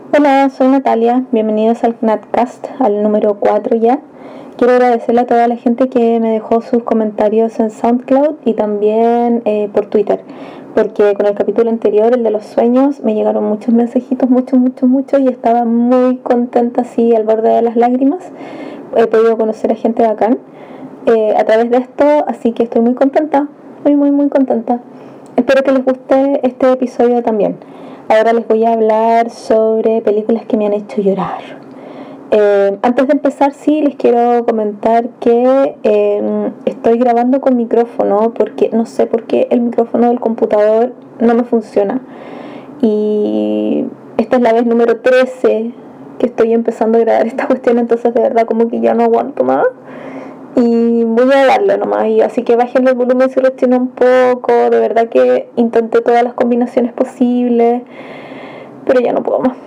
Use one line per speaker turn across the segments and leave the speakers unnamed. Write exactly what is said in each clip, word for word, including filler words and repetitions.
Hola, soy Natalia, bienvenidos al Knatcast, al número cuatro ya. Quiero agradecerle a toda la gente que me dejó sus comentarios en SoundCloud y también eh, por Twitter, porque con el capítulo anterior, el de los sueños, me llegaron muchos mensajitos, muchos, muchos, muchos, y estaba muy contenta, así al borde de las lágrimas. He podido conocer a gente bacán eh, a través de esto, así que estoy muy contenta, muy, muy, muy contenta. Espero que les guste este episodio también. Ahora les voy a hablar sobre películas que me han hecho llorar. Eh, antes de empezar, sí, les quiero comentar que eh, estoy grabando con micrófono porque no sé por qué el micrófono del computador no me funciona. Y esta es la vez número trece que estoy empezando a grabar esta cuestión, entonces de verdad como que ya no aguanto más. Y voy a darle nomás, y así que bajen el volumen si retiene un poco. De verdad que intenté todas las combinaciones posibles, pero ya no puedo más.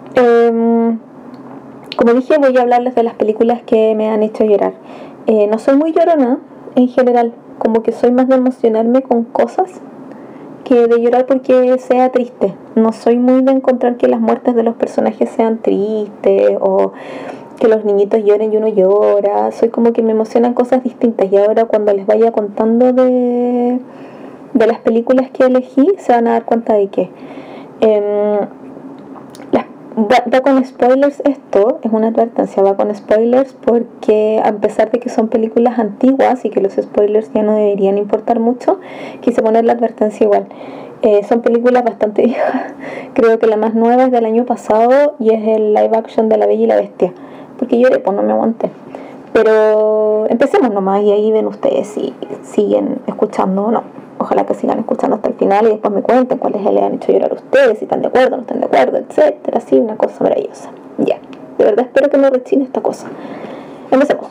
Eh, como dije, voy a hablarles de las películas que me han hecho llorar. Eh, no soy muy llorona en general, como que soy más de emocionarme con cosas que de llorar porque sea triste. No soy muy de encontrar que las muertes de los personajes sean tristes o que los niñitos lloren y uno llora. Soy como que me emocionan cosas distintas, y ahora cuando les vaya contando de, de las películas que elegí se van a dar cuenta de que eh, las, va, va con spoilers. Esto es una advertencia, va con spoilers porque a pesar de que son películas antiguas y que los spoilers ya no deberían importar mucho, quise poner la advertencia igual. Eh, son películas bastante viejas. Creo que la más nueva es del año pasado y es el live action de La Bella y la Bestia, porque lloré, pues no me aguanté. Pero empecemos nomás y ahí ven ustedes si siguen escuchando o no. Ojalá que sigan escuchando hasta el final y después me cuenten cuáles le han hecho llorar a ustedes, si están de acuerdo, no están de acuerdo, etcétera. Así, una cosa maravillosa. Ya, de verdad espero que no rechine esta cosa. Empecemos.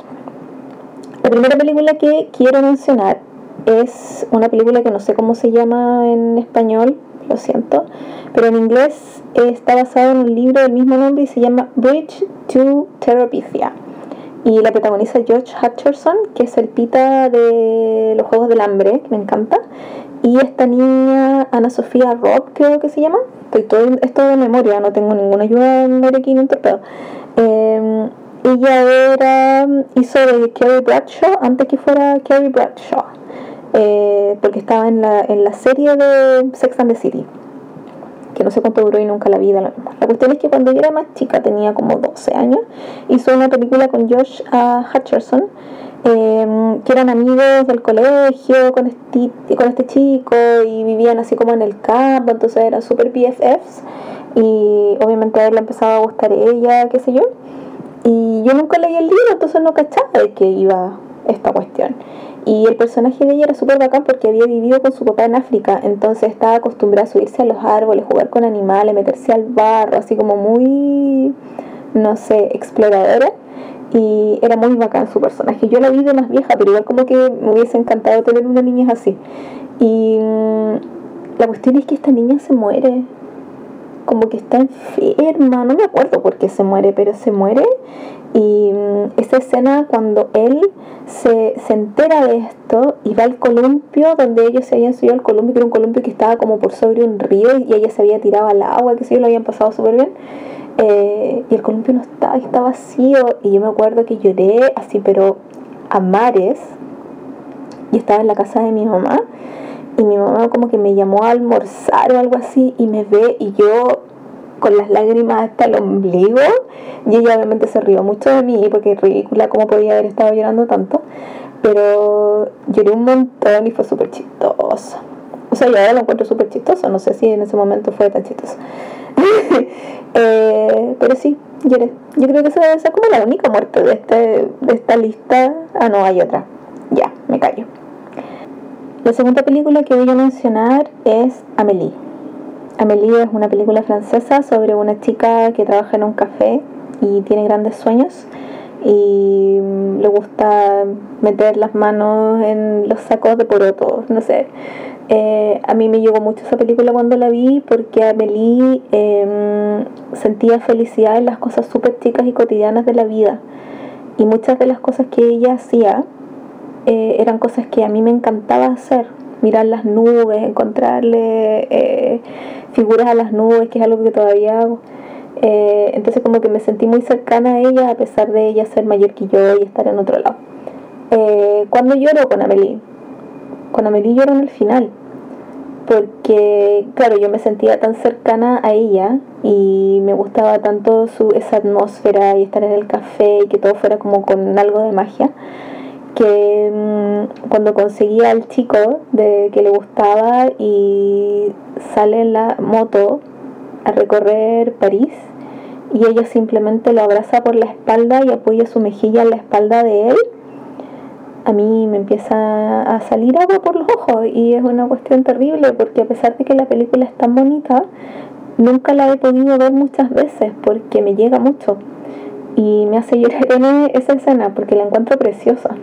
La primera película que quiero mencionar es una película que no sé cómo se llama en español, lo siento, pero en inglés está basado en un libro del mismo nombre y se llama Bridge to Terabithia. Y la protagoniza George Hutcherson, que es el pita de los Juegos del Hambre, que me encanta. Y esta niña, Ana Sofía Robb, creo que se llama. Estoy todo esto de memoria, no tengo ninguna ayuda en memoria aquí, no interpreto. Eh, ella era, hizo de Carrie Bradshaw antes que fuera Carrie Bradshaw. Eh, porque estaba en la, en la serie de Sex and the City, que no sé cuánto duró y nunca la vi. La cuestión es que cuando yo era más chica, tenía como doce años, hizo una película con Josh uh, Hutcherson, eh, que eran amigos del colegio con este, con este chico, y vivían así como en el campo, entonces eran super B F Fs, y obviamente a él le empezaba a gustar ella, qué sé yo, y yo nunca leí el libro, entonces no cachaba de qué iba esta cuestión. Y el personaje de ella era súper bacán porque había vivido con su papá en África, entonces estaba acostumbrada a subirse a los árboles, jugar con animales, meterse al barro, así como muy, no sé, exploradora. Y era muy bacán su personaje. Yo la vi de más vieja, pero igual como que me hubiese encantado tener una niña así. Y mmm, la cuestión es que esta niña se muere, como que está enferma, no me acuerdo por qué se muere, pero se muere. Y um, esa escena cuando él se, se entera de esto y va al columpio donde ellos se habían subido al columpio, que era un columpio que estaba como por sobre un río, y ella se había tirado al agua, que sí, lo habían pasado súper bien. Eh, y el columpio no estaba, está vacío, y yo me acuerdo que lloré así, pero a mares. Y estaba en la casa de mi mamá, y mi mamá como que me llamó a almorzar o algo así, y me ve y yo con las lágrimas hasta el ombligo, y ella obviamente se rió mucho de mí porque es ridícula cómo podía haber estado llorando tanto, pero lloré un montón y fue súper chistoso. O sea, yo ahora lo encuentro súper chistoso, no sé si en ese momento fue tan chistoso. eh, pero sí, lloré. Yo creo que esa debe ser como la única muerte de, este, de esta lista. Ah, no, hay otra. Ya, me callo. La segunda película que voy a mencionar es Amélie. Amélie es una película francesa sobre una chica que trabaja en un café y tiene grandes sueños, y le gusta meter las manos en los sacos de porotos, no sé. Eh, a mí me llegó mucho esa película cuando la vi porque Amélie eh, sentía felicidad en las cosas súper chicas y cotidianas de la vida, y muchas de las cosas que ella hacía eh, eran cosas que a mí me encantaba hacer. Mirar las nubes, encontrarle eh, figuras a las nubes, que es algo que todavía hago. Eh, entonces como que me sentí muy cercana a ella a pesar de ella ser mayor que yo y estar en otro lado. Eh, ¿Cuándo lloro con Amélie? Con Amélie lloro en el final, porque claro, yo me sentía tan cercana a ella y me gustaba tanto su, esa atmósfera y estar en el café y que todo fuera como con algo de magia, que mmm, cuando conseguía al chico de que le gustaba y sale en la moto a recorrer París y ella simplemente lo abraza por la espalda y apoya su mejilla en la espalda de él, a mí me empieza a salir agua por los ojos y es una cuestión terrible porque a pesar de que la película es tan bonita, nunca la he podido ver muchas veces porque me llega mucho y me hace llorar en esa escena porque la encuentro preciosa.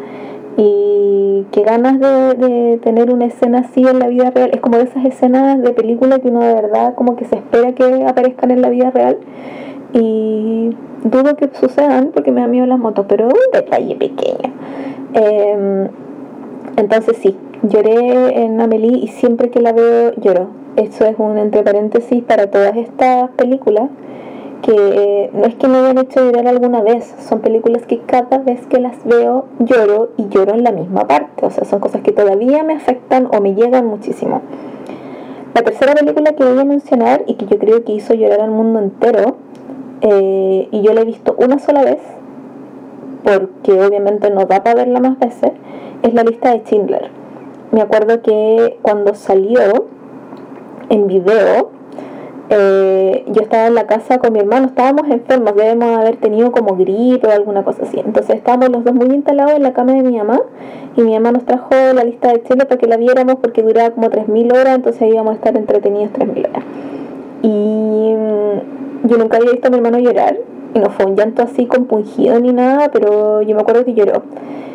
Y qué ganas de, de tener una escena así en la vida real. Es como de esas escenas de película que uno de verdad como que se espera que aparezcan en la vida real y dudo que sucedan porque me da miedo las motos, pero un detalle pequeño. Eh, entonces sí, lloré en Amélie y siempre que la veo lloro. Eso es un entre paréntesis para todas estas películas que no es que me hayan hecho llorar alguna vez, son películas que cada vez que las veo lloro y lloro en la misma parte, o sea, son cosas que todavía me afectan o me llegan muchísimo. La tercera película que voy a mencionar y que yo creo que hizo llorar al mundo entero, eh, y yo la he visto una sola vez, porque obviamente no da para verla más veces, es La lista de Schindler. Me acuerdo que cuando salió en video, Eh, yo estaba en la casa con mi hermano, estábamos enfermos, debemos haber tenido como gripe o alguna cosa así. Entonces estábamos los dos muy instalados en la cama de mi mamá y mi mamá nos trajo La lista de Schindler para que la viéramos porque duraba como tres mil horas, entonces íbamos a estar entretenidos tres mil horas. Y mmm, yo nunca había visto a mi hermano llorar y no fue un llanto así compungido ni nada, pero yo me acuerdo que lloró.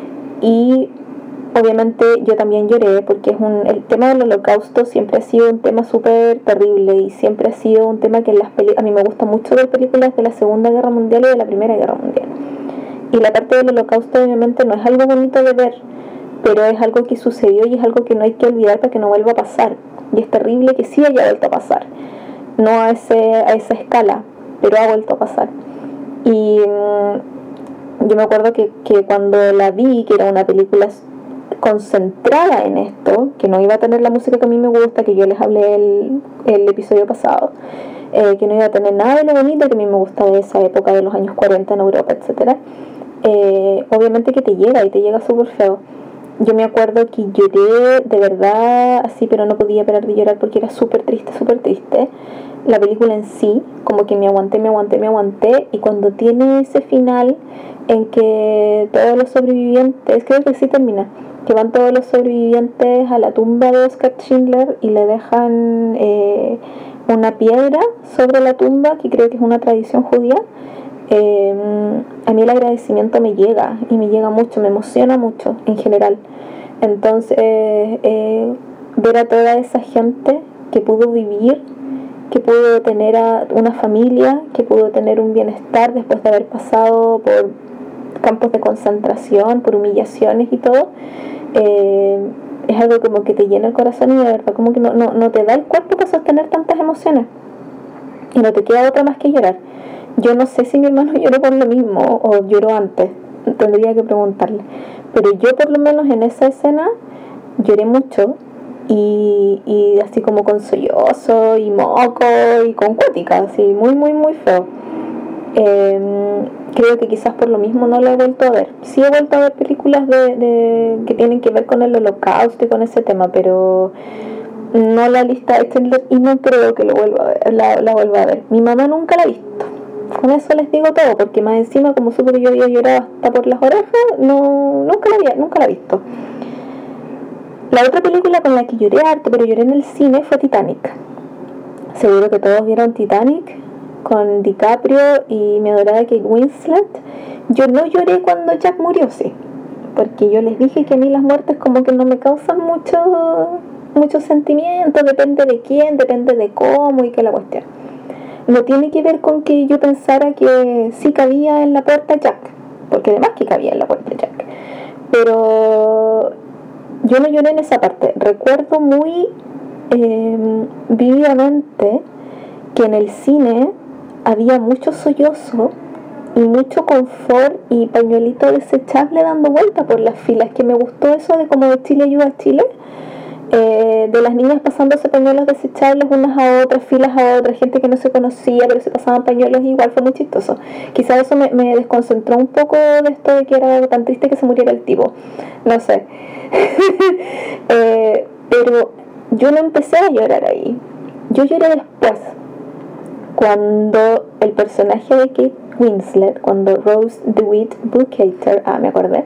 Y obviamente yo también lloré porque es un, el tema del holocausto siempre ha sido un tema súper terrible y siempre ha sido un tema que en las peli, a mí me gusta mucho ver películas de la Segunda Guerra Mundial y de la Primera Guerra Mundial. Y la parte del holocausto obviamente no es algo bonito de ver, pero es algo que sucedió y es algo que no hay que olvidar para que no vuelva a pasar. Y es terrible que sí haya vuelto a pasar, no a, ese, a esa escala, pero ha vuelto a pasar. Y mmm, yo me acuerdo que, que cuando la vi, que era una película concentrada en esto, que no iba a tener la música que a mí me gusta, que yo les hablé el, el episodio pasado, eh, que no iba a tener nada de lo bonito que a mí me gusta de esa época de los años cuarenta en Europa, etcétera. Eh, obviamente que te llega y te llega súper feo. Yo me acuerdo que lloré de verdad así, pero no podía parar de llorar porque era súper triste, súper triste. La película en sí, como que me aguanté, me aguanté, me aguanté, y cuando tiene ese final en que todos los sobrevivientes, creo que sí termina, que van todos los sobrevivientes a la tumba de Oskar Schindler y le dejan eh, una piedra sobre la tumba, que creo que es una tradición judía. Eh, a mí el agradecimiento me llega y me llega mucho, me emociona mucho en general. Entonces eh, ver a toda esa gente que pudo vivir, que pudo tener a una familia, que pudo tener un bienestar después de haber pasado por campos de concentración, por humillaciones y todo, eh, es algo como que te llena el corazón y de verdad como que no, no, no te da el cuerpo para sostener tantas emociones y no te queda otra más que llorar. Yo no sé si mi hermano lloró por lo mismo o lloró antes, tendría que preguntarle, pero yo por lo menos en esa escena lloré mucho y, y así como con sollozo y moco y con cuática, así muy muy muy feo. Eh, creo que quizás por lo mismo no la he vuelto a ver. Sí he vuelto a ver películas de, de que tienen que ver con el holocausto y con ese tema, pero no la lista de Schindler y no creo que lo vuelva a ver, la, la vuelva a ver. Mi mamá nunca la ha visto. Con eso les digo todo, porque más encima como supe que yo había llorado hasta por las orejas, no, nunca la había, nunca la he visto. La otra película con la que lloré harto, pero lloré en el cine, fue Titanic. Seguro que todos vieron Titanic, con DiCaprio y mi adorada Kate Winslet. Yo no lloré cuando Jack murió, sí, porque yo les dije que a mí las muertes como que no me causan mucho, mucho sentimiento, depende de quién, depende de cómo y qué la cuestión. No tiene que ver con que yo pensara que sí cabía en la puerta Jack, porque además que cabía en la puerta Jack, pero yo no lloré en esa parte. Recuerdo muy eh, vívidamente que en el cine había mucho sollozo y mucho confort y pañuelito desechable dando vuelta por las filas, que me gustó eso de como de Chile ayuda a Chile, eh, de las niñas pasándose pañuelos desechables unas a otras, filas a otras, gente que no se conocía pero se pasaban pañuelos igual, fue muy chistoso. Quizás eso me, me desconcentró un poco de esto de que era tan triste que se muriera el tipo, no sé. eh, pero yo no empecé a llorar ahí, yo lloré después, cuando el personaje de Kate Winslet, cuando Rose DeWitt Bukater, ah, me acordé,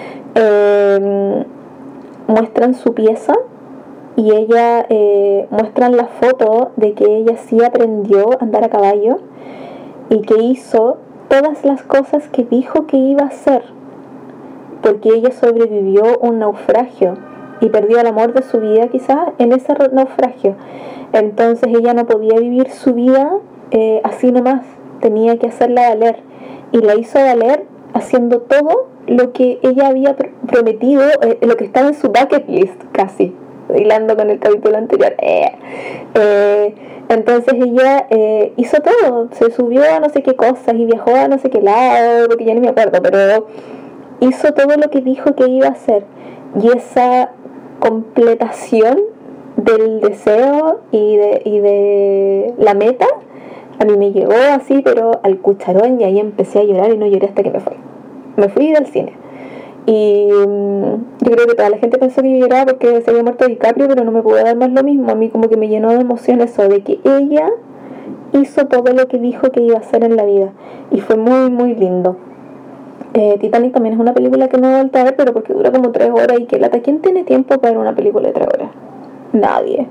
eh, muestran su pieza y ella eh, muestran la foto de que ella sí aprendió a andar a caballo y que hizo todas las cosas que dijo que iba a hacer, porque ella sobrevivió un naufragio y perdió el amor de su vida quizás en ese naufragio. Entonces ella no podía vivir su vida eh, así nomás, tenía que hacerla valer, y la hizo valer haciendo todo lo que ella había pr- prometido, eh, lo que estaba en su bucket list casi, hilando con el capítulo anterior. Eh, eh, entonces ella eh, hizo todo, se subió a no sé qué cosas y viajó a no sé qué lado, porque ya ni me acuerdo, pero hizo todo lo que dijo que iba a hacer, y esa completación del deseo y de, y de la meta a mí me llegó así, pero al cucharón, y ahí empecé a llorar y no lloré hasta que me fui. Me fui del cine. Y um, yo creo que toda la gente pensó que yo lloraba porque se había muerto DiCaprio, pero no me pudo dar más lo mismo. A mí como que me llenó de emoción eso, de que ella hizo todo lo que dijo que iba a hacer en la vida. Y fue muy, muy lindo. Eh, Titanic también es una película que no he vuelto a ver, pero porque dura como tres horas y que lata. ¿Quién tiene tiempo para ver una película de tres horas? Nadie.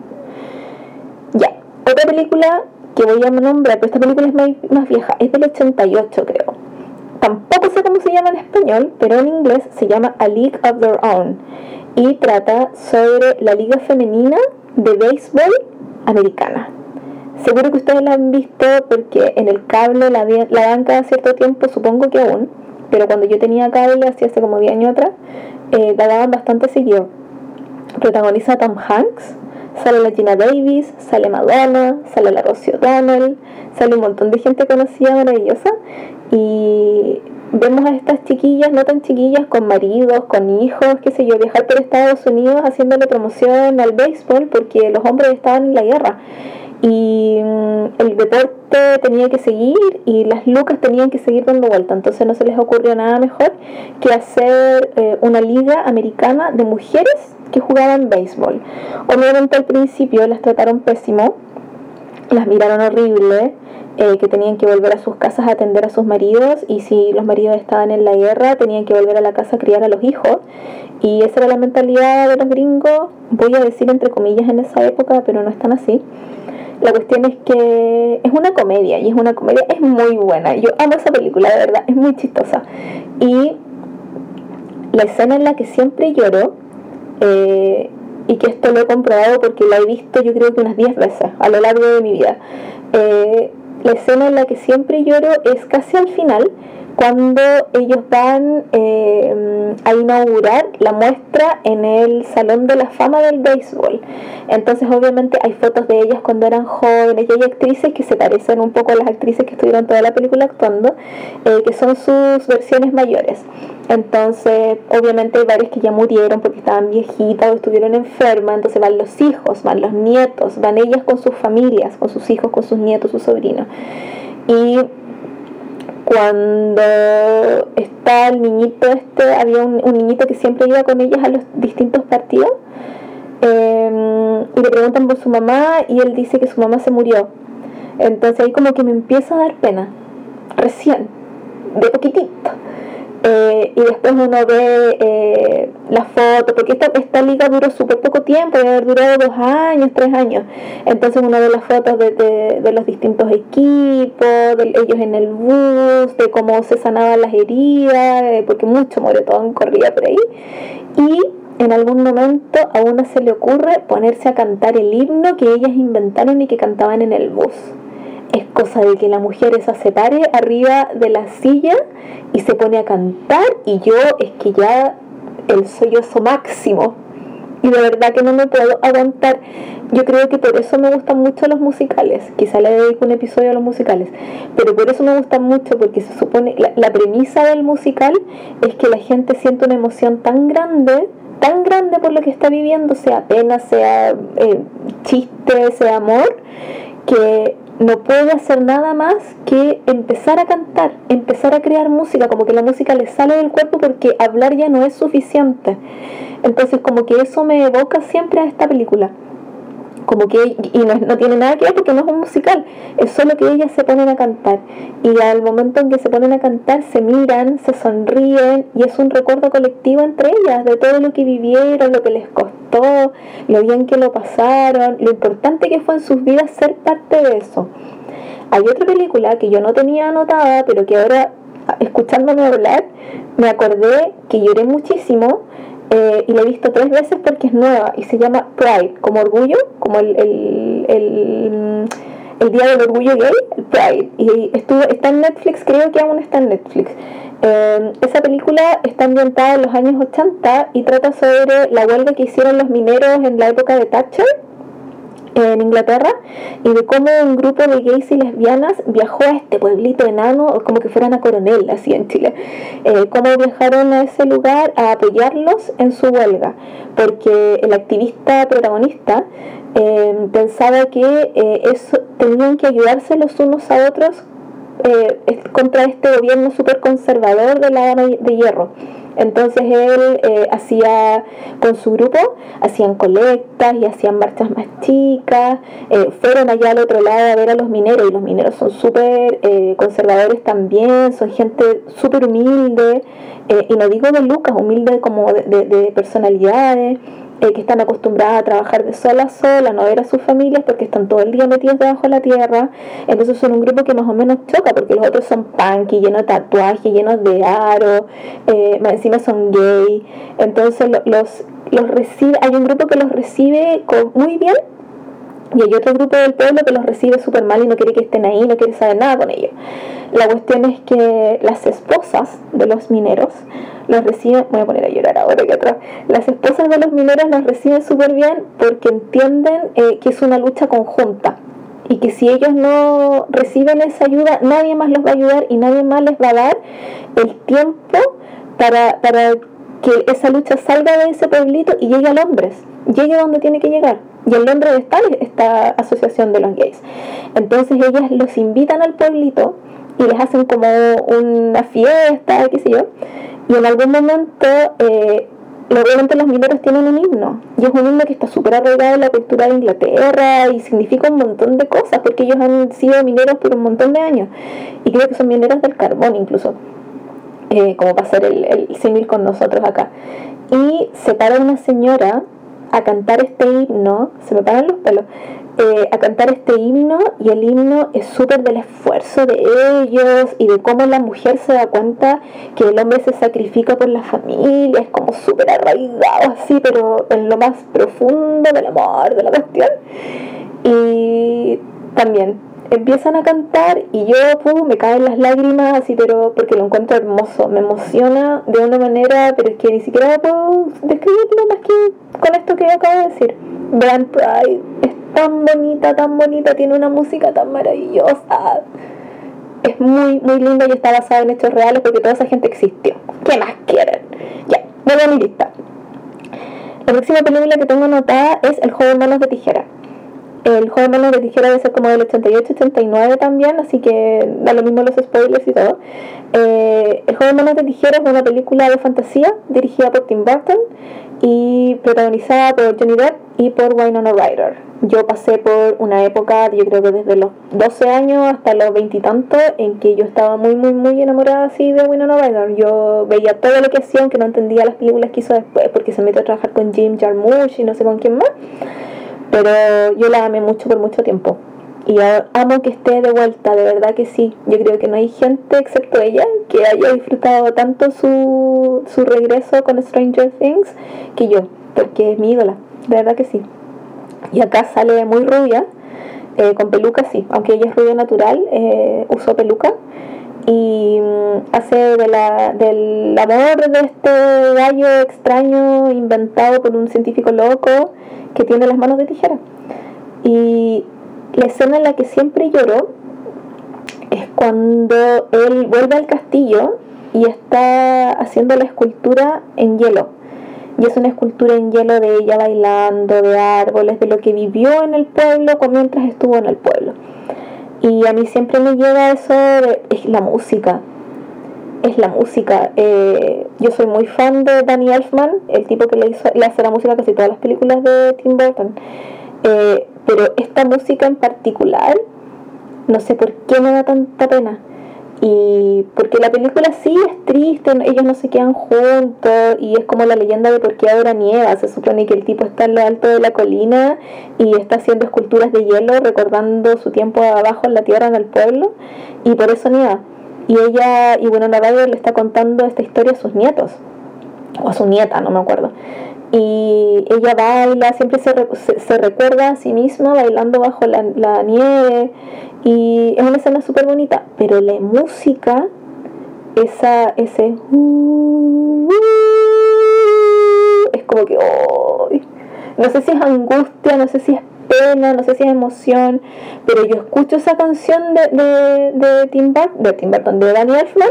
Ya, otra película que voy a nombrar, pero esta película es más, más vieja, es del ochenta y ocho creo. Tampoco sé cómo se llama en español, pero en inglés se llama A League of Their Own y trata sobre la liga femenina de béisbol americana. Seguro que ustedes la han visto porque en el cable la, la dan cada cierto tiempo, supongo que aún, pero cuando yo tenía cable, así hace como diez años atrás, eh, la daban bastante seguido. Protagoniza a Tom Hanks, sale la Gina Davis, sale Madonna, sale la Rosie O'Donnell, sale un montón de gente conocida, maravillosa, y vemos a estas chiquillas, no tan chiquillas, con maridos, con hijos, qué sé yo, viajar por Estados Unidos haciéndole promoción al béisbol porque los hombres estaban en la guerra y el deporte tenía que seguir y las lucas tenían que seguir dando vuelta. Entonces no se les ocurrió nada mejor que hacer eh, una liga americana de mujeres que jugaban béisbol. Obviamente al principio las trataron pésimo, las miraron horrible, eh, que tenían que volver a sus casas a atender a sus maridos, y si los maridos estaban en la guerra tenían que volver a la casa a criar a los hijos, y esa era la mentalidad de los gringos, voy a decir entre comillas en esa época, pero no es tan así. La cuestión es que es una comedia, y es una comedia, es muy buena, yo amo esa película, de verdad, es muy chistosa, y la escena en la que siempre lloro, eh, y que esto lo he comprobado porque la he visto yo creo que unas diez veces a lo largo de mi vida, eh, la escena en la que siempre lloro es casi al final, cuando ellos van eh, a inaugurar la muestra en el Salón de la Fama del Béisbol. Entonces obviamente hay fotos de ellas cuando eran jóvenes, y hay actrices que se parecen un poco a las actrices que estuvieron toda la película actuando, eh, que son sus versiones mayores. Entonces obviamente hay varias que ya murieron porque estaban viejitas o estuvieron enfermas, entonces van los hijos, van los nietos, van ellas con sus familias, con sus hijos, con sus nietos, sus sobrinos. Y cuando está el niñito este, había un, un niñito que siempre iba con ellas a los distintos partidos, eh, y le preguntan por su mamá y él dice que su mamá se murió. Entonces ahí como que me empieza a dar pena, recién, de poquitito. Eh, y después uno ve eh, las fotos, porque esta, esta liga duró súper poco tiempo, debe haber durado dos años, tres años. Entonces uno ve las fotos de, de, de los distintos equipos, de ellos en el bus, de cómo se sanaban las heridas, eh, porque mucho moretón corría por ahí. Y en algún momento a una se le ocurre ponerse a cantar el himno que ellas inventaron y que cantaban en el bus. Es cosa de que la mujer esa se pare arriba de la silla y se pone a cantar, y yo es que ya el sollozo máximo, y de verdad que no me puedo aguantar. Yo creo que por eso me gustan mucho los musicales, quizá le dedico un episodio a los musicales, pero por eso me gustan mucho, porque se supone, la, la premisa del musical es que la gente siente una emoción tan grande, tan grande por lo que está viviendo, sea pena, sea eh, chiste, sea amor, que no puede hacer nada más que empezar a cantar, empezar a crear música, como que la música le sale del cuerpo porque hablar ya no es suficiente. Entonces como que eso me evoca siempre a esta película. Como que, y no, no tiene nada que ver porque no es un musical, es solo que ellas se ponen a cantar, y al momento en que se ponen a cantar se miran, se sonríen, y es un recuerdo colectivo entre ellas de todo lo que vivieron, lo que les costó, lo bien que lo pasaron, lo importante que fue en sus vidas ser parte de eso. Hay otra película que yo no tenía anotada, pero que ahora, escuchándome hablar, me acordé que lloré muchísimo. Eh, y la he visto tres veces porque es nueva y se llama Pride, como orgullo, como el, el, el, el día del orgullo gay, el Pride, y estuvo, está en Netflix, creo que aún está en Netflix. Eh, esa película está ambientada en los años ochenta y trata sobre la huelga que hicieron los mineros en la época de Thatcher en Inglaterra, y de cómo un grupo de gays y lesbianas viajó a este pueblito enano, como que fueran a Coronel, así en Chile, eh, cómo viajaron a ese lugar a apoyarlos en su huelga, porque el activista protagonista eh, pensaba que eh, eso, tenían que ayudarse los unos a otros eh, contra este gobierno súper conservador de la Edad de Hierro. Entonces él eh, hacía con su grupo, hacían colectas y hacían marchas más chicas, eh, fueron allá al otro lado a ver a los mineros, y los mineros son súper eh, conservadores también, son gente súper humilde, eh, y no digo de lucas, humilde como de, de, de personalidades, eh, que están acostumbradas a trabajar de sola a sola, no ver a sus familias porque están todo el día metidos debajo de la tierra. Entonces son un grupo que más o menos choca, porque los otros son punky, llenos de tatuajes, llenos de aros, eh, más encima son gay. Entonces lo, los, los recibe, hay un grupo que los recibe con, muy bien, y hay otro grupo del pueblo que los recibe súper mal y no quiere que estén ahí, no quiere saber nada con ellos. La cuestión es que las esposas de los mineros los reciben, voy a poner a llorar ahora que atrás, las esposas de los mineros los reciben súper bien porque entienden eh, que es una lucha conjunta, y que si ellos no reciben esa ayuda, nadie más los va a ayudar y nadie más les va a dar el tiempo para, para que esa lucha salga de ese pueblito y llegue a Londres, llegue donde tiene que llegar. Y en Londres está esta asociación de los gays. Entonces ellas los invitan al pueblito y les hacen como una fiesta, qué sé yo, y en algún momento eh, obviamente los mineros tienen un himno, y es un himno que está súper arraigado en la cultura de Inglaterra y significa un montón de cosas porque ellos han sido mineros por un montón de años, y creo que son mineros del carbón incluso, eh, como para hacer el, el símil con nosotros acá. Y se para una señora a cantar este himno, se me paran los pelos, eh, a cantar este himno, y el himno es súper del esfuerzo de ellos y de cómo la mujer se da cuenta que el hombre se sacrifica por la familia, es como súper arraigado así, pero en lo más profundo del amor, de la cuestión. Y también empiezan a cantar y yo pum, me caen las lágrimas así, pero porque lo encuentro hermoso, me emociona de una manera, pero es que ni siquiera puedo describirlo más que con esto que acabo de decir. Vean Pride, es tan bonita, tan bonita, tiene una música tan maravillosa, es muy, muy linda y está basada en hechos reales porque toda esa gente existió. ¿Qué más quieren? Ya, voy a mi lista. La próxima película que tengo anotada es El joven manos de tijera. El joven manos de tijera debe ser como del ochenta y ocho ochenta y nueve también, así que da lo mismo los spoilers y todo. Eh, El joven manos de tijera es una película de fantasía dirigida por Tim Burton y protagonizada por Johnny Depp y por Winona Ryder. Yo pasé por una época, yo creo que desde los doce años hasta los veinte y tantos, en que yo estaba muy, muy, muy enamorada así de Winona Ryder. Yo veía todo lo que hacía, aunque no entendía las películas que hizo después, porque se metió a trabajar con Jim Jarmusch y no sé con quién más. Pero yo la amé mucho por mucho tiempo. Y amo que esté de vuelta, de verdad que sí. Yo creo que no hay gente, excepto ella, que haya disfrutado tanto su, su regreso con Stranger Things que yo, porque es mi ídola, de verdad que sí. Y acá sale muy rubia, eh, con peluca sí, aunque ella es rubia natural, eh, usó peluca. y mm, hace de la, del amor de este gallo extraño inventado por un científico loco que tiene las manos de tijera. Y la escena en la que siempre lloro es cuando él vuelve al castillo y está haciendo la escultura en hielo. Y es una escultura en hielo de ella bailando, de árboles, de lo que vivió en el pueblo mientras estuvo en el pueblo. Y a mí siempre me llega eso de, es la música. Es la música. Eh, yo soy muy fan de Danny Elfman, el tipo que le, hizo, le hace la música a casi todas las películas de Tim Burton. Eh, pero esta música en particular, no sé por qué me da tanta pena. Y porque la película sí es triste, ellos no se quedan juntos y es como la leyenda de por qué ahora nieva. Se supone que el tipo está en lo alto de la colina y está haciendo esculturas de hielo recordando su tiempo abajo en la tierra en el pueblo y por eso nieva. Y ella, y bueno, la radio le está contando esta historia a sus nietos o a su nieta, no me acuerdo. Y ella baila, siempre se, se, se recuerda a sí misma bailando bajo la, la nieve y es una escena súper bonita, pero la música, esa, ese uh, uh, es como que oh, no sé si es angustia, no sé si es pena, no sé si es emoción, pero yo escucho esa canción de, de, de Tim Burton, de Tim Burton, de Danny Elfman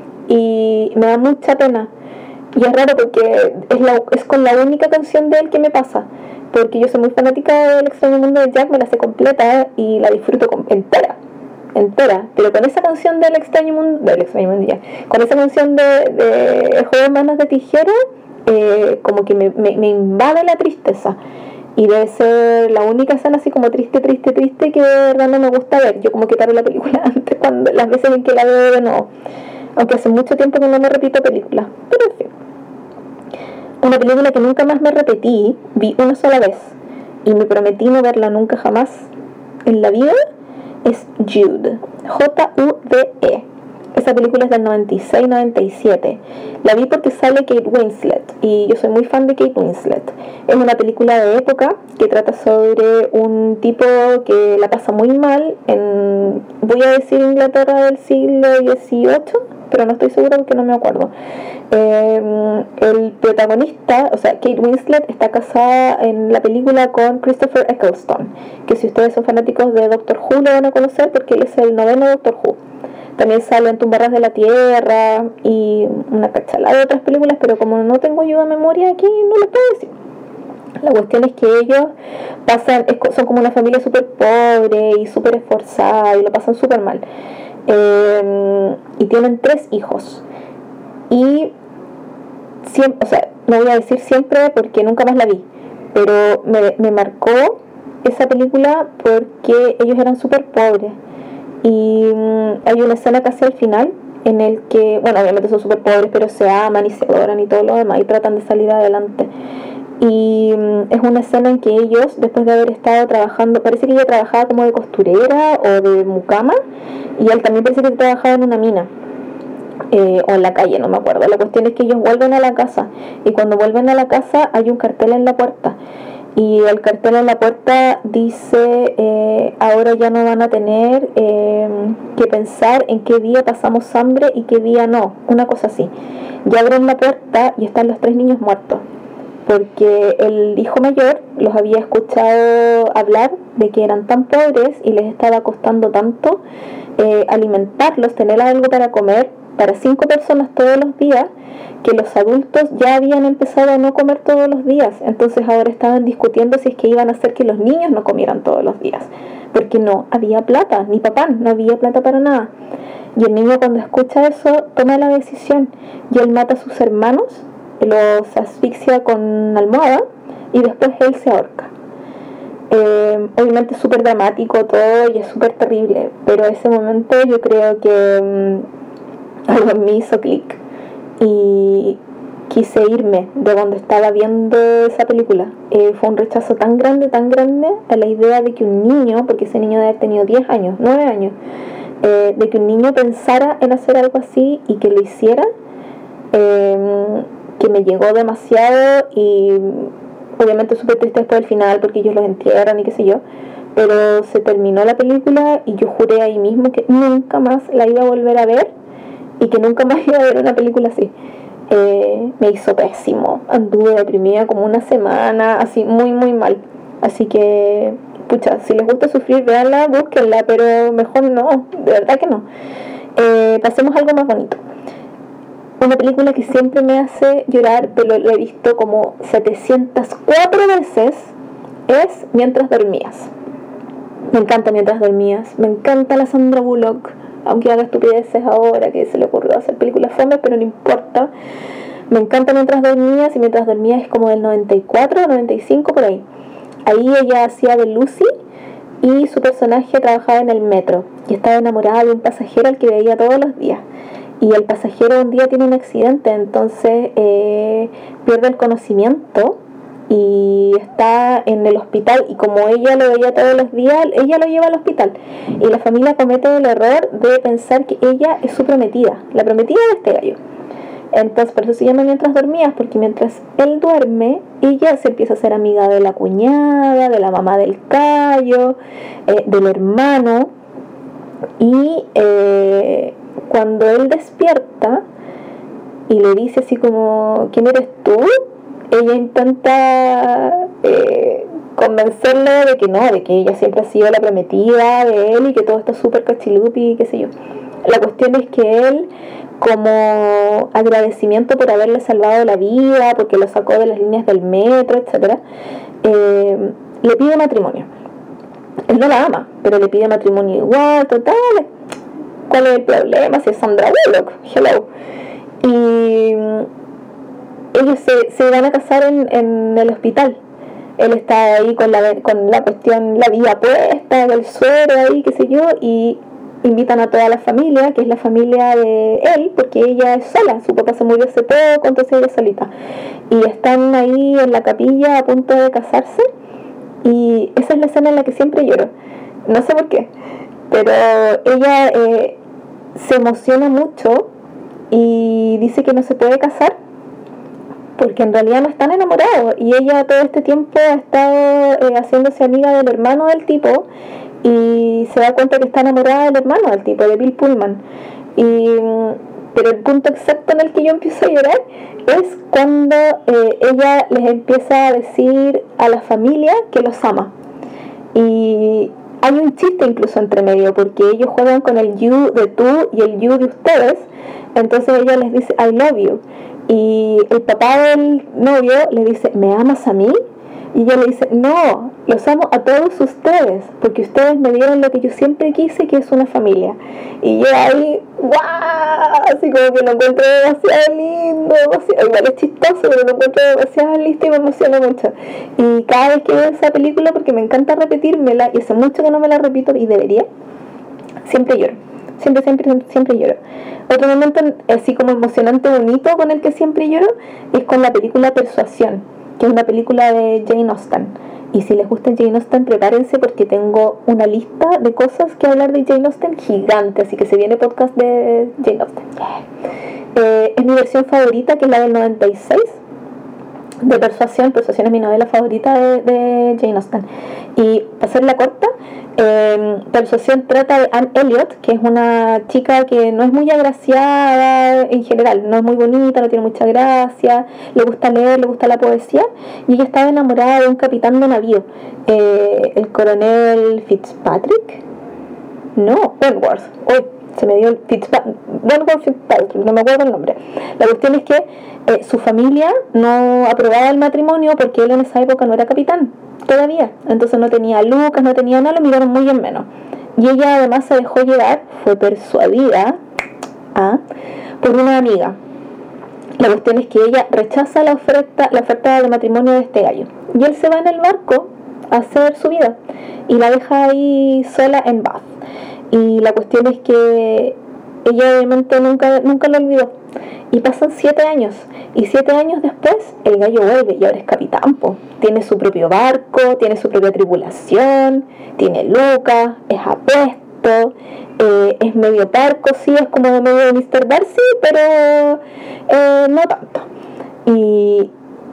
y me da mucha pena. Y es raro porque es, la, es con la única canción de él que me pasa, porque yo soy muy fanática del extraño mundo de Jack, me la sé completa y la disfruto con, entera, entera, pero con esa canción del extraño mundo, del extraño mundo de Jack, con esa canción de, de El juego de manos de tijera, eh, como que me, me, me invade la tristeza. Y debe ser la única escena así como triste, triste, triste que de verdad no me gusta ver. Yo como que paro la película antes, cuando las veces en que la veo de nuevo. Aunque hace mucho tiempo que no me repito películas. Pero en fin. Una película que nunca más me repetí, vi una sola vez y me prometí no verla nunca jamás en la vida, es Jude. J U D E. Esa película es del noventa y seis noventa y siete. La vi porque sale Kate Winslet y yo soy muy fan de Kate Winslet. Es una película de época que trata sobre un tipo que la pasa muy mal en, voy a decir, Inglaterra del siglo dieciocho, pero no estoy segura porque no me acuerdo. Eh, el protagonista, o sea, Kate Winslet está casada en la película con Christopher Eccleston, que si ustedes son fanáticos de Doctor Who lo van a conocer porque él es el noveno Doctor Who. También sale en Tumbarras de la Tierra y una cachalada de otras películas, pero como no tengo yo de memoria aquí, no les puedo decir. La cuestión es que ellos pasan, son como una familia súper pobre y súper esforzada y lo pasan súper mal. Eh, y tienen tres hijos. Y siempre, o sea, no voy a decir siempre porque nunca más la vi, pero me, me marcó esa película porque ellos eran súper pobres. Y um, hay una escena casi al final en el que, bueno, obviamente son súper pobres, pero se aman y se adoran y todo lo demás y tratan de salir adelante. Y um, es una escena en que ellos, después de haber estado trabajando, parece que ella trabajaba como de costurera o de mucama, y él también parece que trabajaba en una mina. Eh, o en la calle, no me acuerdo. La cuestión es que ellos vuelven a la casa y cuando vuelven a la casa hay un cartel en la puerta y el cartel en la puerta dice eh, ahora ya no van a tener eh, que pensar en qué día pasamos hambre y qué día no, una cosa así. Y abren la puerta y están los tres niños muertos porque el hijo mayor los había escuchado hablar de que eran tan pobres y les estaba costando tanto eh, alimentarlos, tener algo para comer para cinco personas todos los días, que los adultos ya habían empezado a no comer todos los días. Entonces ahora estaban discutiendo si es que iban a hacer que los niños no comieran todos los días, porque no había plata, ni papá, no había plata para nada. Y el niño, cuando escucha eso, toma la decisión y él mata a sus hermanos, los asfixia con almohada y después él se ahorca. Eh, obviamente es súper dramático todo y es súper terrible, pero ese momento yo creo que um, algo en mí hizo clic y quise irme de donde estaba viendo esa película. Eh, fue un rechazo tan grande, tan grande a la idea de que un niño, porque ese niño debe haber tenido diez años, nueve años, eh, de que un niño pensara en hacer algo así y que lo hiciera, eh, que me llegó demasiado y obviamente súper triste después del final porque ellos los entierran y qué sé yo, pero se terminó la película y yo juré ahí mismo que nunca más la iba a volver a ver y que nunca más iba a ver una película así. Eh, me hizo pésimo, anduve deprimida como una semana, así muy muy mal. Así que, pucha, si les gusta sufrir, véanla, búsquenla, pero mejor no, de verdad que no. Eh, pasemos a algo más bonito. Una película que siempre me hace llorar, pero la he visto como setecientas cuatro veces, es Mientras dormías. Me encanta Mientras dormías, me encanta la Sandra Bullock, aunque haga estupideces ahora que se le ocurrió hacer películas fome, pero no importa. Me encanta Mientras dormías, y Mientras dormías es como del noventa y cuatro, noventa y cinco, por ahí. Ahí ella hacía de Lucy y su personaje trabajaba en el metro y estaba enamorada de un pasajero al que veía todos los días. Y el pasajero un día tiene un accidente, entonces eh, pierde el conocimiento y está en el hospital, y como ella lo veía todos los días, ella lo lleva al hospital y la familia comete el error de pensar que ella es su prometida, la prometida de este gallo. Entonces por eso se llama Mientras dormías, porque mientras él duerme, ella se empieza a ser amiga de la cuñada, de la mamá del callo, eh, del hermano, y eh, cuando él despierta y le dice así como, ¿quién eres tú?, ella intenta eh, convencerle de que no, de que ella siempre ha sido la prometida de él y que todo está súper cachilupi y qué sé yo. La cuestión es que él, como agradecimiento por haberle salvado la vida, porque lo sacó de las líneas del metro, etcétera, eh, le pide matrimonio. Él no la ama, pero le pide matrimonio igual, total. ¿Cuál es el problema? Si es Sandra Bullock, hello. Y ellos se, se van a casar en, en el hospital. Él está ahí con la, con la cuestión, la vida puesta, el suero ahí, qué sé yo, y invitan a toda la familia, que es la familia de él, porque ella es sola, su papá se murió hace poco, entonces ella es solita. Y están ahí en la capilla a punto de casarse, y esa es la escena en la que siempre lloro. No sé por qué, pero ella eh, se emociona mucho y dice que no se puede casar porque en realidad no están enamorados, y ella todo este tiempo ha estado eh, haciéndose amiga del hermano del tipo y se da cuenta que está enamorada del hermano del tipo, de Bill Pullman. Y, pero el punto exacto en el que yo empiezo a llorar es cuando eh, ella les empieza a decir a la familia que los ama. Y hay un chiste incluso entre medio, porque ellos juegan con el you de tú y el you de ustedes. Entonces ella les dice I love you, y el papá del novio le dice, ¿me amas a mí? Y ella le dice, no, los amo a todos ustedes, porque ustedes me dieron lo que yo siempre quise, que es una familia. Y yo ahí, ¡guau! Así como que lo encuentro demasiado lindo, demasiado, igual es chistoso, pero lo encuentro demasiado lindo y me emociona mucho. Y cada vez que veo esa película, porque me encanta repetírmela, y hace mucho que no me la repito, y debería, siempre lloro. Siempre, siempre, siempre lloro. Otro momento así como emocionante, bonito, con el que siempre lloro, es con la película Persuasión, que es una película de Jane Austen. Y si les gusta Jane Austen, prepárense, porque tengo una lista de cosas que hablar de Jane Austen gigante, así que se viene podcast de Jane Austen. Eh, es mi versión favorita, que es la del noventa y seis, de Persuasión. Persuasión es mi novela favorita de, de Jane Austen. Y para hacerla corta, eh, Persuasión trata de Anne Elliot, que es una chica que no es muy agraciada en general, no es muy bonita, no tiene mucha gracia, le gusta leer, le gusta la poesía, y ella estaba enamorada de un capitán de navío, eh, el coronel Fitzpatrick, no, Wentworth, hoy se me dio el Fitzpatrick, Wentworth Fitzpatrick, no me acuerdo el nombre. La cuestión es que eh, su familia no aprobaba el matrimonio porque él en esa época no era capitán todavía, entonces no tenía lucas, no tenía nada, lo miraron muy en menos. Y ella además se dejó llevar, fue persuadida ¿ah? por una amiga. La cuestión es que ella rechaza la oferta, la oferta de matrimonio de este gallo, y él se va en el barco a hacer su vida y la deja ahí sola en Bath. Y la cuestión es que ella obviamente nunca, nunca lo olvidó. Y pasan siete años. Y siete años después, el gallo vuelve y ahora es capitán, po. Tiene su propio barco, tiene su propia tripulación, tiene lucas, es apuesto, eh, es medio parco, sí, es como medio de mister Darcy, pero eh, no tanto. Y,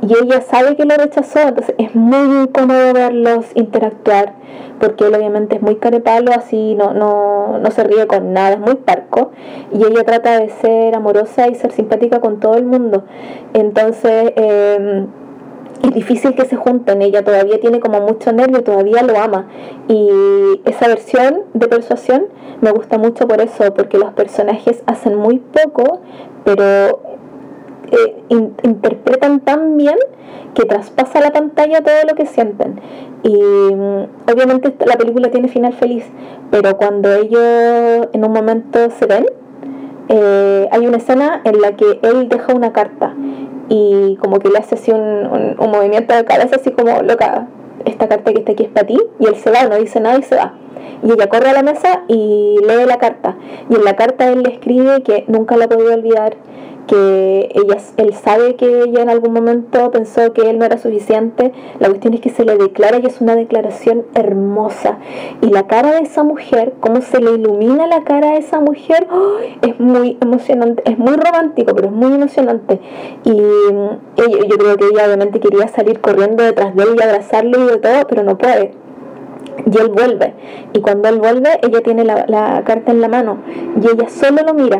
y ella sabe que lo rechazó, entonces es muy incómodo verlos interactuar, porque él obviamente es muy carepalo, así no, no, no se ríe con nada, es muy parco, y ella trata de ser amorosa y ser simpática con todo el mundo. Entonces eh, es difícil que se junten, ella todavía tiene como mucho nervio, todavía lo ama, y esa versión de persuasión me gusta mucho por eso, porque los personajes hacen muy poco, pero Eh, in, interpretan tan bien que traspasa la pantalla todo lo que sienten. Y um, obviamente la película tiene final feliz, pero cuando ellos en un momento se ven, eh, hay una escena en la que él deja una carta y como que le hace así un, un, un movimiento de cabeza así como, loca, esta carta que está aquí es para ti, y él se va, no dice nada y se va. Y ella corre a la mesa y lee la carta, y en la carta él le escribe que nunca la ha podido olvidar, que ella, él sabe que ella en algún momento pensó que él no era suficiente. La cuestión es que se le declara, y es una declaración hermosa, y la cara de esa mujer, cómo se le ilumina la cara a esa mujer, ¡oh!, es muy emocionante, es muy romántico, pero es muy emocionante. Y ella, yo creo que ella obviamente quería salir corriendo detrás de él y abrazarlo y de todo, pero no puede. Y él vuelve, y cuando él vuelve ella tiene la, la carta en la mano, y ella solo lo mira,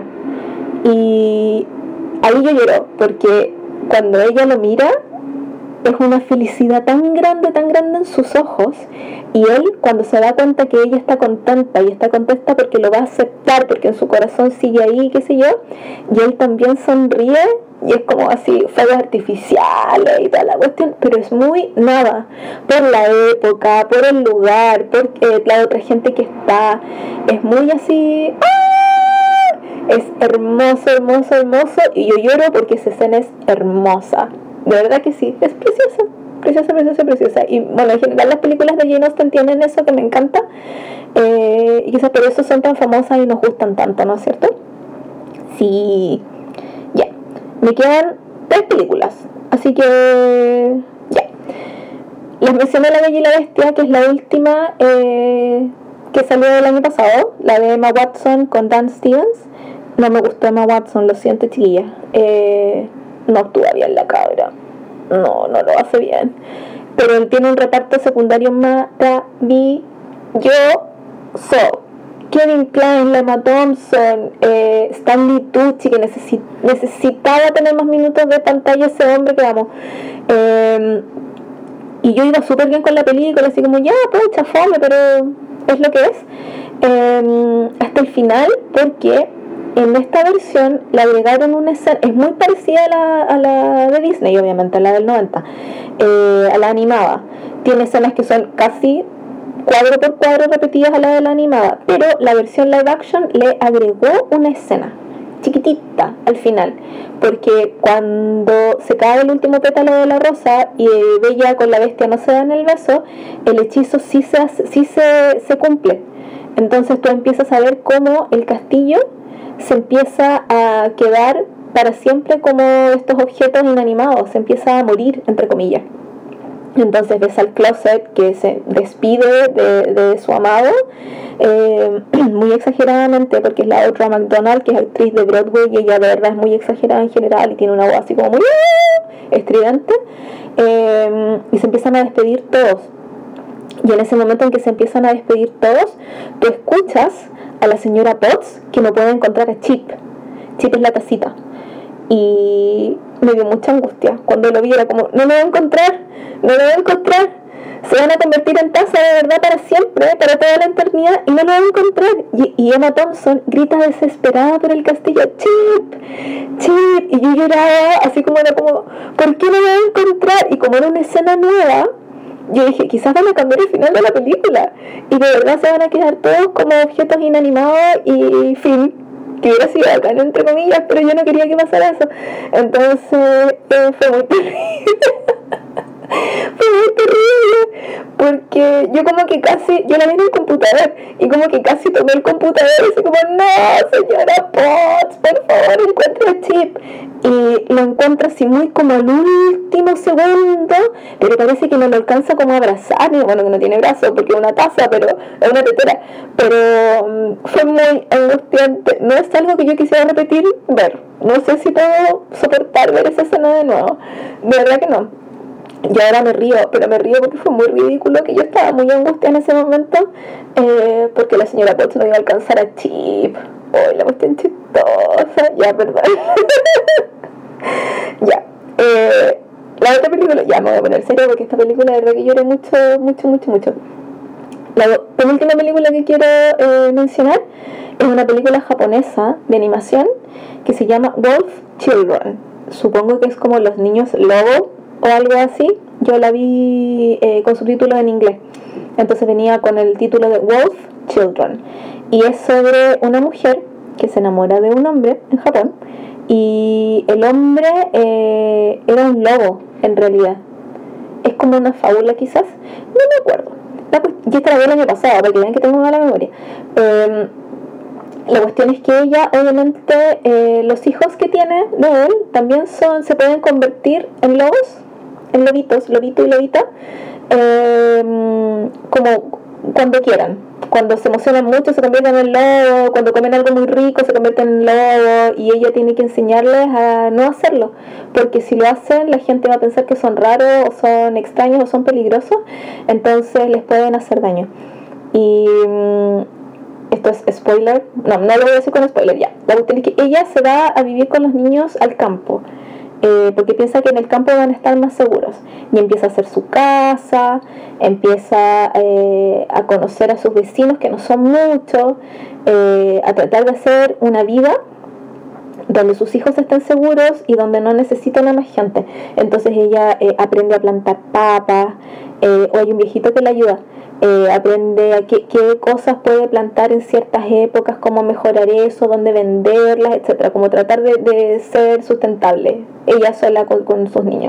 y ahí yo lloro, porque cuando ella lo mira es una felicidad tan grande, tan grande en sus ojos, y él cuando se da cuenta que ella está contenta, y está contenta porque lo va a aceptar, porque en su corazón sigue ahí, qué sé yo, y él también sonríe, y es como así, fuegos artificiales y toda la cuestión, pero es muy nada, por la época, por el lugar, por eh, la otra gente que está, es muy así, ¡ah!, es hermoso, hermoso, hermoso, y yo lloro porque esa escena es hermosa, de verdad que sí, es preciosa, preciosa, preciosa, preciosa. Y bueno, en general las películas de Jane Austen tienen eso que me encanta, eh, y quizás por eso son tan famosas y nos gustan tanto, ¿no es cierto? Sí, ya, yeah. Me quedan tres películas, así que ya, yeah. Les mencioné La Bella y la Bestia, que es la última eh, que salió el año pasado, la de Emma Watson con Dan Stevens. No me gustó Emma Watson, lo siento, chiquilla, eh, no actúa bien la cabra, no, no lo hace bien, pero él tiene un reparto secundario maravilloso. Kevin Kline, Emma Thompson, eh, Stanley Tucci, que necesi- necesitaba tener más minutos de pantalla ese hombre, que vamos, eh, y yo iba súper bien con la película, así como ya, pucha, fome, pero es lo que es, eh, hasta el final, porque en esta versión le agregaron una escena, es muy parecida a la, a la de Disney, obviamente, a la del noventa, eh, a la animada. Tiene escenas que son casi cuadro por cuadro repetidas a la de la animada, pero la versión live action le agregó una escena chiquitita al final, porque cuando se cae el último pétalo de la rosa y Bella con la Bestia no se dan el beso, el hechizo sí se, hace, sí se, se cumple. Entonces tú empiezas a ver cómo el castillo se empieza a quedar para siempre como estos objetos inanimados, se empieza a morir, entre comillas. Entonces ves al Closet que se despide de, de su amado, eh, muy exageradamente, porque es la Audra McDonald, que es actriz de Broadway, y ella de verdad es muy exagerada en general y tiene una voz así como muy estridente, eh, y se empiezan a despedir todos. Y en ese momento en que se empiezan a despedir todos, tú escuchas a la señora Potts que no puede encontrar a Chip. Chip es la tacita. Y me dio mucha angustia cuando lo vi, era como, no lo voy a encontrar, no lo voy a encontrar, se van a convertir en taza de verdad para siempre, para toda la eternidad, y no lo voy a encontrar. Y, y Emma Thompson grita desesperada por el castillo, Chip, Chip, y yo lloraba así como era como, ¿por qué no lo voy a encontrar? Y como era una escena nueva, yo dije, quizás van a cambiar el final de la película y de verdad se van a quedar todos como objetos inanimados y fin, que hubiera sido bacán entre comillas, pero yo no quería que pasara eso. Entonces eh, fue muy terrible. Fue muy terrible, porque yo como que casi, yo la vi en el computador, y como que casi tomé el computador y así como, no, señora Potts, por favor, encuentre el chip. Y lo encuentro así muy como al último segundo, pero parece que no lo alcanza como a abrazar, y bueno, que no tiene brazo porque es una taza, pero es una tetera, pero um, fue muy angustiante. No es algo que yo quisiera repetir, ver, no sé si puedo soportar ver esa escena de nuevo, de verdad que no. Y ahora me río, pero me río porque fue muy ridículo, que yo estaba muy angustiada en ese momento, eh, porque la señora Potts no iba a alcanzar a Chip. ¡Ay, la cuestión chistosa! Ya, perdón. Ya. Eh, la otra película, ya me voy a poner serio porque esta película de verdad que lloré mucho, mucho, mucho, mucho. La penúltima película que quiero eh, mencionar es una película japonesa de animación que se llama Wolf Children. Supongo que es como Los Niños Lobo o algo así. Yo la vi eh, con subtítulos en inglés, entonces venía con el título de Wolf Children, y es sobre una mujer que se enamora de un hombre en Japón, y el hombre eh, era un lobo en realidad. Es como una fábula quizás, no me acuerdo. La cuest- y esta la vi el año pasado, para que vean que tengo mala memoria. Eh, la cuestión es que ella, obviamente, eh, los hijos que tiene de él también son, se pueden convertir en lobos, en lobitos, lobito y lobita, eh, como cuando quieran. Cuando se emocionan mucho se convierten en lobo, cuando comen algo muy rico se convierten en lobo, y ella tiene que enseñarles a no hacerlo, porque si lo hacen la gente va a pensar que son raros, o son extraños, o son peligrosos, entonces les pueden hacer daño. Y esto es spoiler, no, no lo voy a decir con spoiler ya. La cuestión es que ella se va a vivir con los niños al campo, eh, porque piensa que en el campo van a estar más seguros, y empieza a hacer su casa, empieza eh, a conocer a sus vecinos, que no son muchos, eh, a tratar de hacer una vida donde sus hijos estén seguros y donde no necesitan a más gente. Entonces ella eh, aprende a plantar papas, eh, o hay un viejito que le ayuda, eh, aprende a qué, qué cosas puede plantar en ciertas épocas, cómo mejorar eso, dónde venderlas, etcétera, como tratar de, de ser sustentable, ella sola con, con sus niños.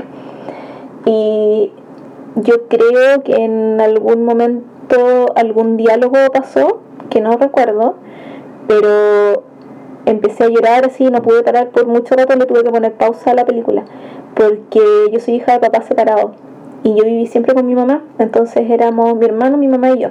Y yo creo que en algún momento algún diálogo pasó, que no recuerdo, pero empecé a llorar así, no pude parar por mucho rato, le tuve que poner pausa a la película, porque yo soy hija de papás separados y yo viví siempre con mi mamá, entonces éramos mi hermano, mi mamá y yo,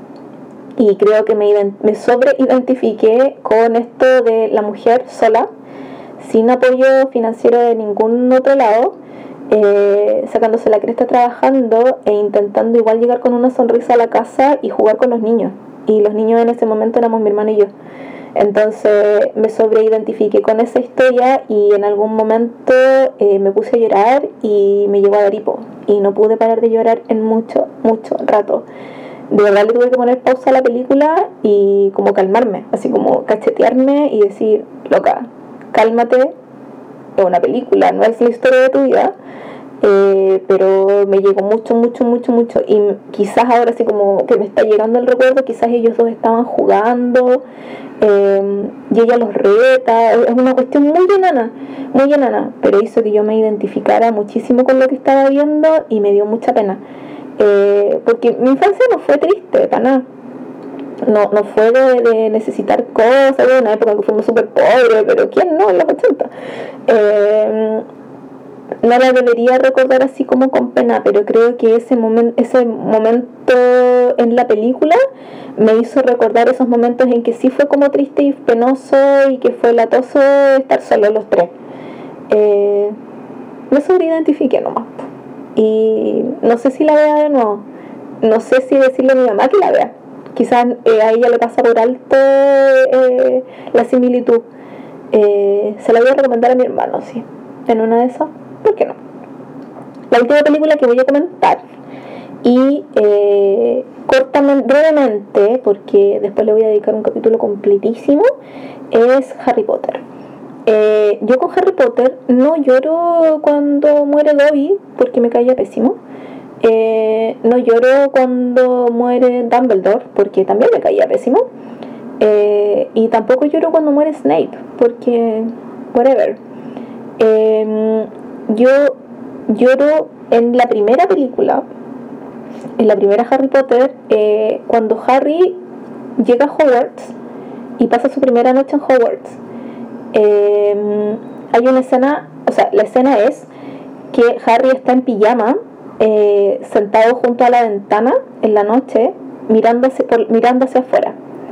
y creo que me, me sobreidentifiqué con esto de la mujer sola, sin apoyo financiero de ningún otro lado, eh, sacándose la cresta trabajando e intentando igual llegar con una sonrisa a la casa y jugar con los niños, y los niños en ese momento éramos mi hermano y yo. Entonces me sobreidentifiqué con esa historia, y en algún momento eh, me puse a llorar y me llegó a dar hipo, y no pude parar de llorar en mucho, mucho rato. De verdad le tuve que poner pausa a la película y como calmarme, así como cachetearme y decir, loca, cálmate, es una película, no es la historia de tu vida. Eh, pero me llegó mucho, mucho, mucho, mucho, y quizás ahora sí como que me está llegando el recuerdo, quizás ellos dos estaban jugando, eh, y ella los reta, es una cuestión muy enana, muy enana, pero hizo que yo me identificara muchísimo con lo que estaba viendo y me dio mucha pena, eh, porque mi infancia no fue triste, para nada. No, no fue de, de necesitar cosas, de una época en que fuimos súper pobres, pero ¿quién no en los ochenta? Eh, no la debería recordar así como con pena, pero creo que ese, momen, ese momento en la película me hizo recordar esos momentos en que sí fue como triste y penoso, y que fue latoso estar solos los tres. Eh, me sobreidentifiqué nomás, y no sé si la vea de nuevo, no sé si decirle a mi mamá que la vea, quizás eh, a ella le pasa por alto eh, la similitud. Eh, se la voy a recomendar a mi hermano, sí, en una de esas, ¿por qué no? La última película que voy a comentar, y eh, cortamente, brevemente, porque después le voy a dedicar un capítulo completísimo, es Harry Potter. Eh, yo con Harry Potter no lloro cuando muere Dobby, porque me caía pésimo. Eh, no lloro cuando muere Dumbledore, porque también me caía pésimo. Eh, y tampoco lloro cuando muere Snape, porque whatever. Eh, yo lloro en la primera película, en la primera Harry Potter, eh, cuando Harry llega a Hogwarts y pasa su primera noche en Hogwarts, eh, hay una escena, o sea, la escena es que Harry está en pijama, eh, sentado junto a la ventana en la noche, mirándose, por, mirándose afuera.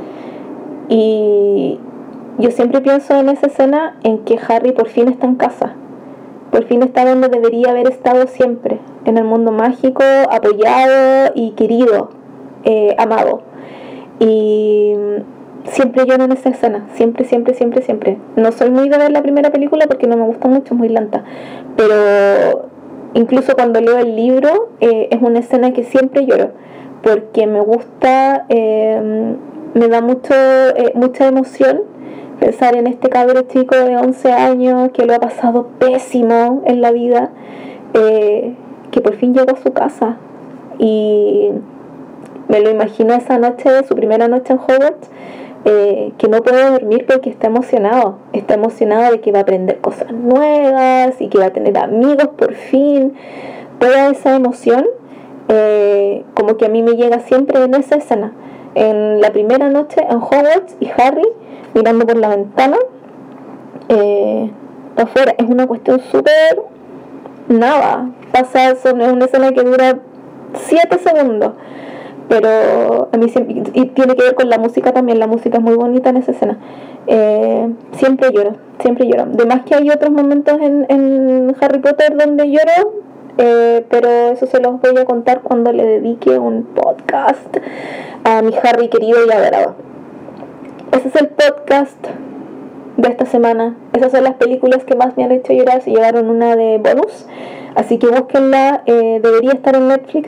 Y yo siempre pienso en esa escena en que Harry por fin está en casa, por fin está donde debería haber estado siempre, en el mundo mágico, apoyado y querido, eh, amado. Y siempre lloro en esa escena, siempre, siempre, siempre, siempre. No soy muy de ver la primera película porque no me gusta mucho, es muy lenta, pero incluso cuando leo el libro, eh, es una escena que siempre lloro, porque me gusta, eh, me da mucho, eh, mucha emoción pensar en este cabro chico de once años que lo ha pasado pésimo en la vida, eh, que por fin llegó a su casa. Y me lo imagino esa noche, su primera noche en Hogwarts, eh, que no puede dormir porque está emocionado, está emocionado de que va a aprender cosas nuevas y que va a tener amigos por fin. Toda esa emoción, eh, como que a mí me llega siempre en esa escena, en la primera noche en Hogwarts y Harry mirando por la ventana, eh, afuera. Es una cuestión súper nada, pasa eso, no es una escena que dura siete segundos, pero a mí siempre, y tiene que ver con la música también, la música es muy bonita en esa escena. Eh, siempre lloro, siempre lloro. Además que hay otros momentos en, en Harry Potter donde lloro, eh, pero eso se los voy a contar cuando le dedique un podcast a mi Harry querido y adorado. Ese es el podcast de esta semana. Esas son las películas que más me han hecho llorar. Se llevaron una de bonus, así que búsquenla, eh, debería estar en Netflix.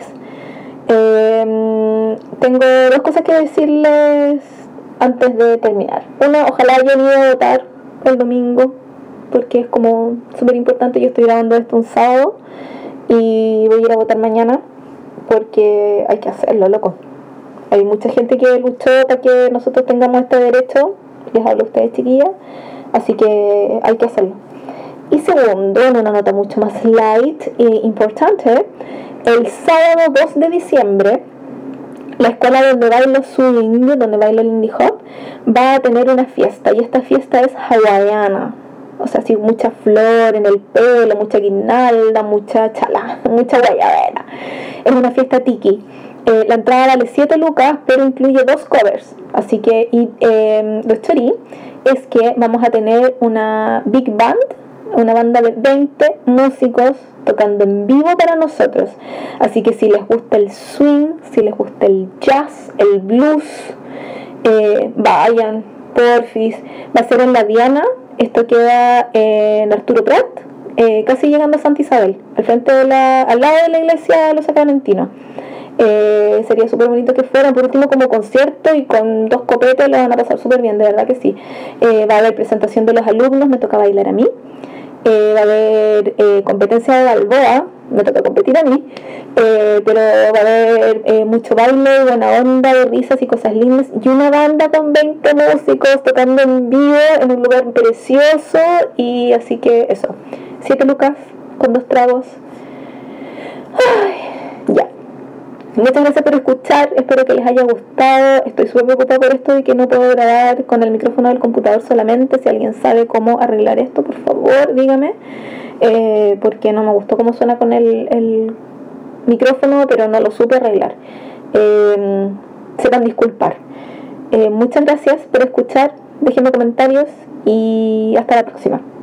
Eh, tengo dos cosas que decirles antes de terminar. Una, ojalá hayan ido a votar el domingo, porque es como súper importante. Yo estoy grabando esto un sábado y voy a ir a votar mañana, porque hay que hacerlo, loco. Hay mucha gente que luchó para que nosotros tengamos este derecho. Les hablo a ustedes, chiquillas, así que hay que hacerlo. Y segundo, en una nota mucho más light e importante, el sábado dos de diciembre, la escuela donde bailo swing, donde bailo Lindy Hop, va a tener una fiesta, y esta fiesta es hawaiana. O sea, así mucha flor en el pelo, mucha guirnalda, mucha chala, mucha guayabera. Es una fiesta tiki. Eh, la entrada vale siete lucas, pero incluye dos covers. Así que y, eh, lo story es que vamos a tener una big band, una banda de veinte músicos tocando en vivo para nosotros. Así que si les gusta el swing, si les gusta el jazz, el blues, eh, vayan, porfis. Va a ser en la Diana. Esto queda en Arturo Prat, eh, casi llegando a Santa Isabel, al frente de la, al lado de la iglesia de los Sacramentinos. Eh, sería súper bonito que fueran, por último como concierto, y con dos copetes lo van a pasar súper bien, de verdad que sí. Eh, va a haber presentación de los alumnos, me toca bailar a mí. Eh, va a haber eh, competencia de Balboa, me toca competir a mí, eh, pero va a haber eh, mucho baile, buena onda, de risas y cosas lindas, y una banda con veinte músicos tocando en vivo en un lugar precioso. Y así que eso, siete lucas con dos tragos. Ay, ya. Muchas gracias por escuchar, espero que les haya gustado. Estoy súper preocupada por esto de que no puedo grabar con el micrófono del computador solamente. Si alguien sabe cómo arreglar esto, por favor, dígame, eh, porque no me gustó cómo suena con el, el micrófono, pero no lo supe arreglar. Eh, sepan disculpar. Eh, muchas gracias por escuchar, déjenme comentarios y hasta la próxima.